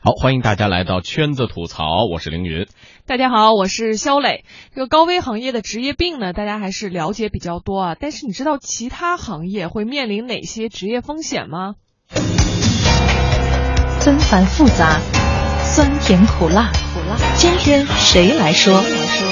好，欢迎大家来到圈子吐槽，我是凌云。 大家好，我是肖磊。这个高危行业的职业病呢，大家还是了解比较多啊。但是你知道其他行业会面临哪些职业风险吗？ 纷繁复杂，酸甜苦辣，今天谁来说？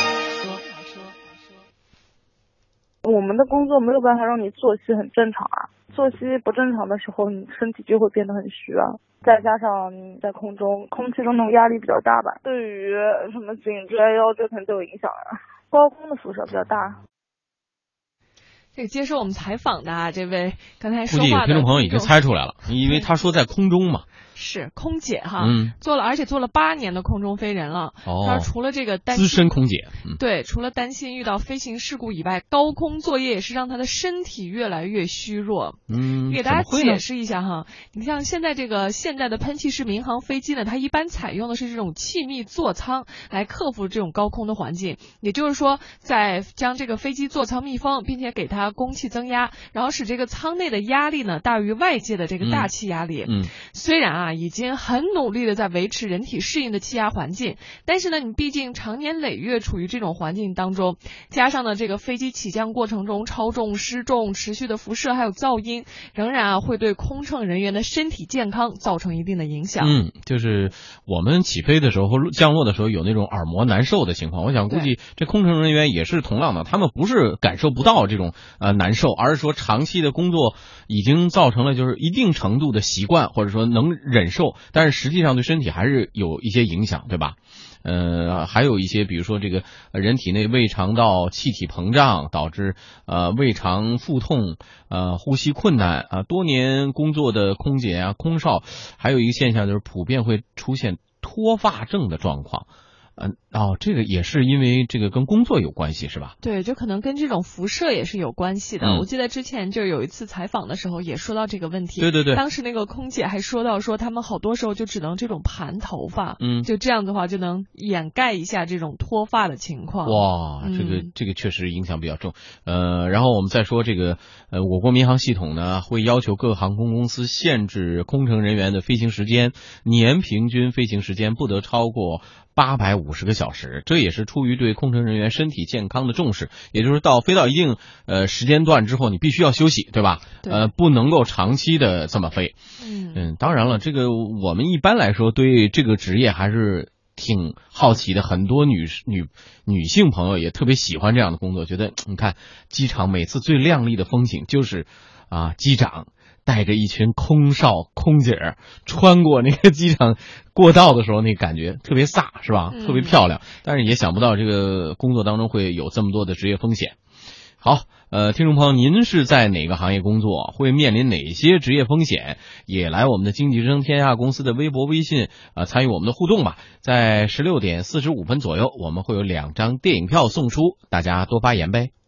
我们的工作没有办法让你作息很正常啊，作息不正常的时候，你身体就会变得很虚啊。再加上你在空中，空气中那种压力比较大吧，对于什么颈椎、腰椎可能都有影响啊。高空的辐射比较大。 这个接受我们采访的这位刚才说估计有话的听众朋友已经猜出来了，因为他说在空中嘛。 是空姐哈，而且做了8年的空中飞人了。他除了这个担心资深空姐， 对，除了担心遇到飞行事故以外，高空作业也是让他的身体越来越虚弱。给大家解释一下哈，你像现在这个现代的喷气式民航飞机呢，它一般采用的是这种气密座舱来克服这种高空的环境，也就是说，在将这个飞机座舱密封，并且给它供气增压，然后使这个舱内的压力呢大于外界的这个大气压力。虽然已经很努力的在维持人体适应的气压环境，但是呢，你毕竟长年累月处于这种环境当中，加上呢这个飞机起降过程中超重、失重、持续的辐射还有噪音，仍然会对空乘人员的身体健康造成一定的影响。 就是我们起飞的时候或降落的时候有那种耳膜难受的情况，我想估计这空乘人员也是同样的，他们不是感受不到这种难受，而是说长期的工作已经造成了就是一定程度的习惯，或者说能忍受，但是实际上对身体还是有一些影响，对吧？还有一些比如说这个人体内胃肠道气体膨胀导致胃肠腹痛，呼吸困难啊，多年工作的空姐啊空少还有一个现象就是普遍会出现脱发症的状况。这个也是因为这个跟工作有关系是吧？ 对，就可能跟这种辐射也是有关系的。我记得之前就有一次采访的时候也说到这个问题。 对，当时那个空姐还说到说他们好多时候就只能这种盘头发，就这样的话就能掩盖一下这种脱发的情况。 哇，这个确实影响比较重。然后我们再说这个我国民航系统呢会要求各航空公司限制空乘人员的飞行时间，年平均飞行时间不得超过850个小时，这也是出于对空乘人员身体健康的重视，也就是飞到一定时间段之后，你必须要休息，对吧？不能够长期的这么飞。当然了，这个我们一般来说对这个职业还是挺好奇的，很多女性朋友也特别喜欢这样的工作，觉得你看机场每次最亮丽的风景就是机长带着一群空少空姐穿过那个机场过道的时候，那感觉特别飒，是吧？特别漂亮。但是也想不到这个工作当中会有这么多的职业风险。好，听众朋友，您是在哪个行业工作？会面临哪些职业风险？也来我们的经济之声天下公司的微博、微信参与我们的互动吧。在16点45分左右，我们会有2张电影票送出，大家多发言呗。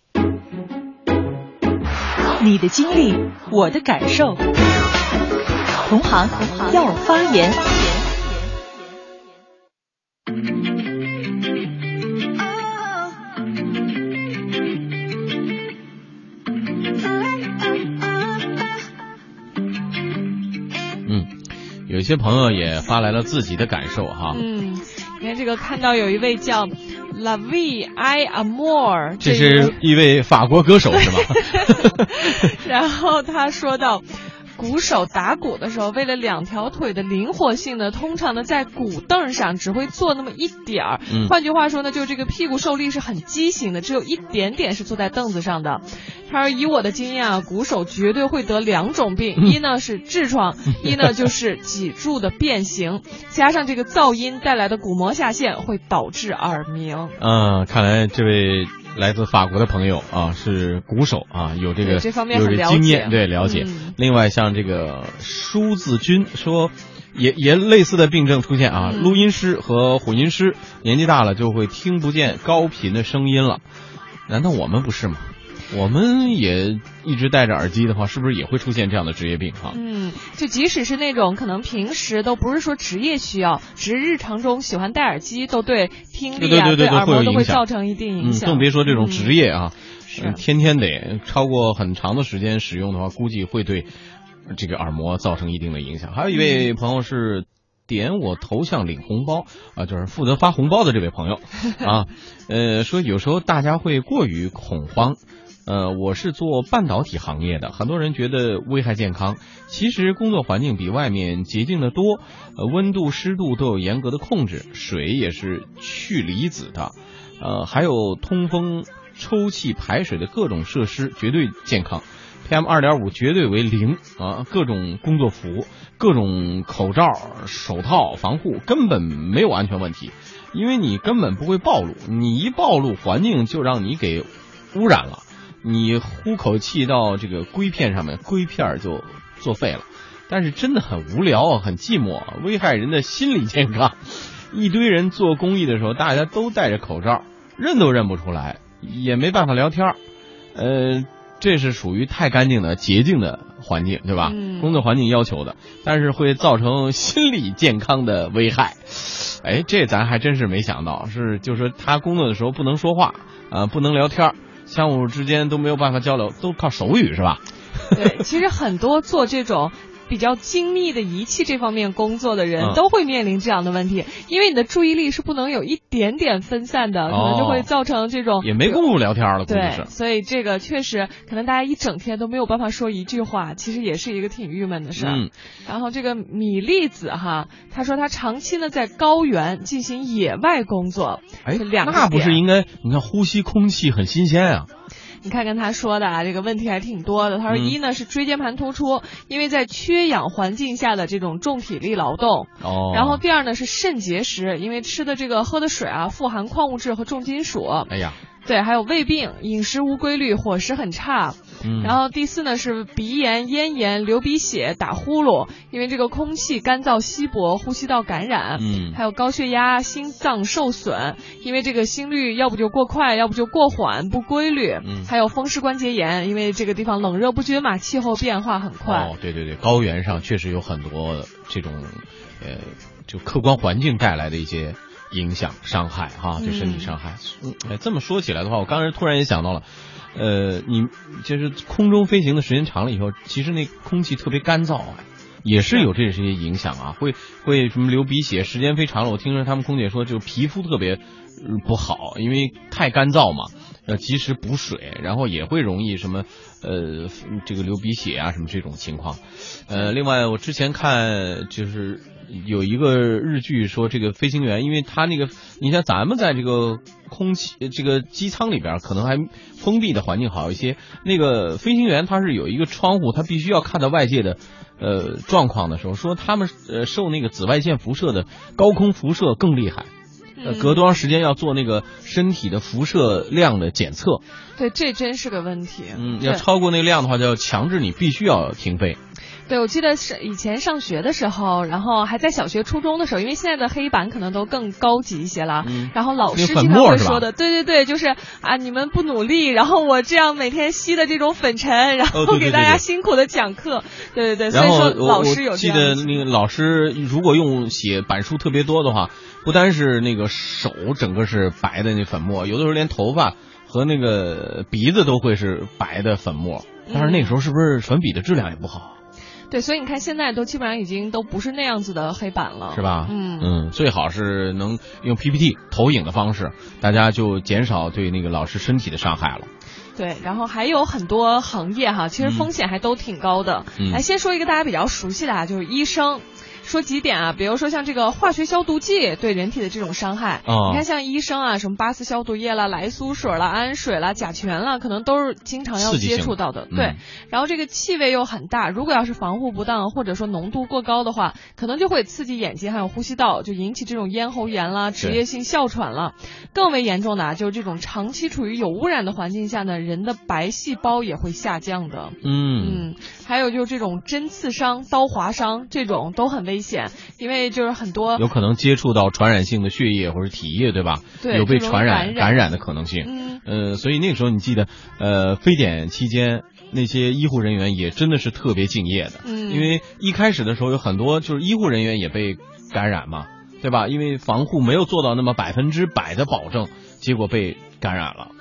你的经历，我的感受，同行要发言。 有一些朋友也发来了自己的感受哈。 你看这个，看到有一位叫 La Vie I Amour， 这是一位法国歌手是吧？ 然后他说到，鼓手打鼓的时候，为了2条腿的灵活性呢，通常呢在鼓凳上只会坐那么一点儿。换句话说呢，就是这个屁股受力是很畸形的，只有一点点是坐在凳子上的。他说以我的经验鼓手绝对会得2种病，一呢是痔疮，一呢就是脊柱的变形，加上这个噪音带来的鼓膜下陷会导致耳鸣。 看来这位来自法国的朋友是鼓手有这方面有很了解， 经验，对，了解。另外像这个舒子君说也类似的病症出现录音师和混音师年纪大了就会听不见高频的声音了，难道我们不是吗？我们也一直戴着耳机的话，是不是也会出现这样的职业病就即使是那种可能平时都不是说职业需要，只是日常中喜欢戴耳机，都对听力对耳膜都会造成一定影响。 更别说这种职业天天得超过很长的时间使用的话，估计会对这个耳膜造成一定的影响。还有一位朋友是点我头像领红包啊，就是负责发红包的这位朋友啊，说有时候大家会过于恐慌。我是做半导体行业的，很多人觉得危害健康，其实工作环境比外面洁净的多，温度湿度都有严格的控制，水也是去离子的，还有通风抽气排水的各种设施绝对健康， PM2.5 绝对为零啊！各种工作服、各种口罩、手套、防护根本没有安全问题，因为你根本不会暴露，你一暴露环境就让你给污染了，你呼口气到这个硅片上面，硅片就作废了。但是真的很无聊啊，很寂寞，危害人的心理健康。一堆人做公益的时候，大家都戴着口罩，认都认不出来，也没办法聊天。这是属于太干净的洁净的环境，对吧？工作环境要求的，但是会造成心理健康的危害。这咱还真是没想到，就是说他工作的时候不能说话不能聊天，相互之间都没有办法交流，都靠手语是吧？ 对，其实很多做这种比较精密的仪器这方面工作的人都会面临这样的问题，因为你的注意力是不能有一点点分散的，可能就会造成这种也没工夫聊天了。 对，所以这个确实可能大家一整天都没有办法说一句话，其实也是一个挺郁闷的事儿。然后这个米粒子哈，他说他长期呢在高原进行野外工作， 那不是应该你看呼吸空气很新鲜啊。 你看跟他说的这个问题还挺多的。他说一呢是椎间盘突出，因为在缺氧环境下的这种重体力劳动。然后第二呢是肾结石，因为吃的这个喝的水富含矿物质和重金属。对，还有胃病，饮食无规律，伙食很差。然后第四呢是鼻炎、咽炎、流鼻血、打呼噜，因为这个空气干燥稀薄，呼吸道感染。还有高血压、心脏受损，因为这个心率要不就过快，要不就过缓，不规律。还有风湿关节炎，因为这个地方冷热不均嘛，气候变化很快。 对对对，高原上确实有很多这种就客观环境带来的一些影响伤害对身体伤害。这么说起来的话，我刚才突然也想到了，你就是空中飞行的时间长了以后，其实那空气特别干燥也是有这些影响会什么流鼻血，时间飞长了，我听说他们空姐说就皮肤特别不好，因为太干燥嘛，要及时补水，然后也会容易什么这个流鼻血什么这种情况。另外我之前看就是有一个日剧说这个飞行员，因为他那个你像咱们在这个空气这个机舱里边可能还封闭的环境好一些，那个飞行员他是有一个窗户，他必须要看到外界的状况的时候，说他们受那个紫外线辐射的高空辐射更厉害，隔多长时间要做那个身体的辐射量的检测。 对，这真是个问题。 要超过那个量的话，就要强制你必须要停飞。 对，我记得是以前上学的时候，然后还在小学初中的时候，因为现在的黑板可能都更高级一些了，然后老师经常会说的，对，就是你们不努力，然后我这样每天吸的这种粉尘，然后给大家辛苦的讲课，对，所以说老师有这样的。 我记得那个老师如果用写板书特别多的话，不单是那个手整个是白的那粉末，有的时候连头发和那个鼻子都会是白的粉末，但是那个时候是不是粉笔的质量也不好？ 对，所以你看现在都基本上已经都不是那样子的黑板了， 是吧？最好是能用 PPT 投影的方式，大家就减少对那个老师身体的伤害了。 对，然后还有很多行业其实风险还都挺高的。来，先说一个大家比较熟悉的就是医生。说几点比如说像这个化学消毒剂对人体的这种伤害，你看像医生什么巴斯消毒液啦、莱苏水啦、氨水啦、甲醛啦，可能都是经常要接触到的。对，然后这个气味又很大，如果要是防护不当或者说浓度过高的话，可能就会刺激眼睛还有呼吸道，就引起这种咽喉炎啦、职业性哮喘啦。更为严重的就是这种长期处于有污染的环境下呢，人的白细胞也会下降的。还有就是这种针刺伤、刀划伤，这种都很危险，因为就是很多有可能接触到传染性的血液或者体液，对吧？ 对， 有被感染的可能性。所以那个时候你记得，非典期间那些医护人员也真的是特别敬业的。因为一开始的时候有很多就是医护人员也被感染嘛，对吧？因为防护没有做到那么100%的保证，结果被感染了。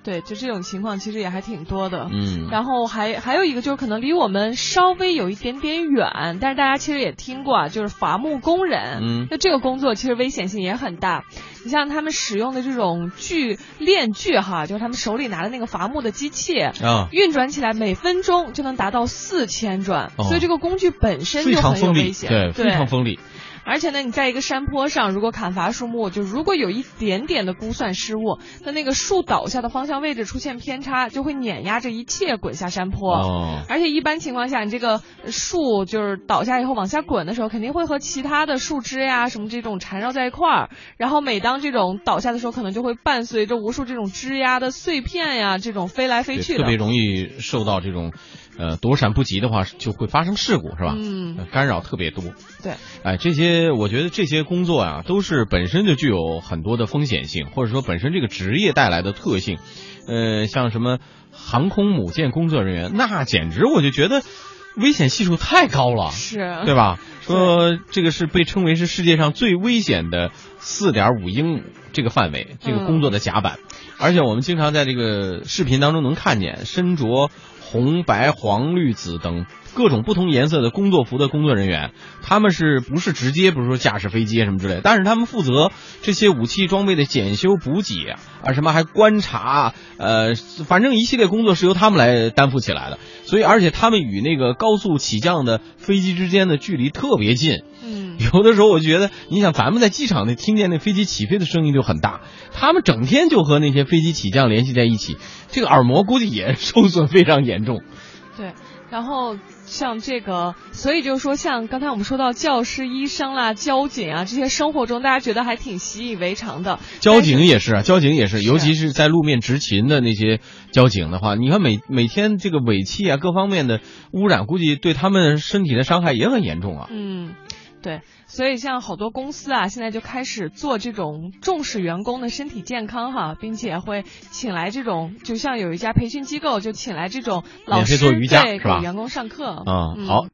对，就这种情况其实也还挺多的。然后还有一个就是可能离我们稍微有一点点远，但是大家其实也听过啊，就是伐木工人。那这个工作其实危险性也很大。你像他们使用的这种链锯哈，就是他们手里拿的那个伐木的机器运转起来每分钟就能达到4000转，所以这个工具本身就很有危险， 对，非常锋利。 而且呢，你在一个山坡上，如果砍伐树木，就如果有一点点的估算失误，那个树倒下的方向位置出现偏差，就会碾压着一切滚下山坡。而且一般情况下，你这个树就是倒下以后往下滚的时候，肯定会和其他的树枝呀什么这种缠绕在一块儿。然后每当这种倒下的时候，可能就会伴随着无数这种枝丫的碎片呀，这种飞来飞去的， 特别容易受到这种躲闪不及的话，就会发生事故，是吧？干扰特别多。 对， 我觉得这些工作啊，都是本身就具有很多的风险性，或者说本身这个职业带来的特性。像什么航空母舰工作人员，那简直我就觉得危险系数太高了， 是， 对吧？说这个是被称为是世界上最危险的4.5英亩这个范围，这个工作的甲板。而且我们经常在这个视频当中能看见身着红白黄绿紫等各种不同颜色的工作服的工作人员，他们不是直接比如说驾驶飞机什么之类的，但是他们负责这些武器装备的检修补给什么还观察反正一系列工作是由他们来担负起来的。所以而且他们与那个高速起降的飞机之间的距离特别近。有的时候我觉得你想咱们在机场听见那飞机起飞的声音就很大，他们整天就和那些飞机起降联系在一起，这个耳膜估计也受损非常严重。 对，然后像这个，所以就是说像刚才我们说到教师、医生啦、交警啊，这些生活中大家觉得还挺习以为常的。 交警也是，尤其是在路面执勤的那些交警的话，你看每天这个尾气啊各方面的污染，估计对他们身体的伤害也很严重啊。 对，所以像好多公司啊，现在就开始做这种重视员工的身体健康哈，并且会请来这种，就像有一家培训机构就请来这种老师免费做瑜伽是吧？ 给员工上课。 好。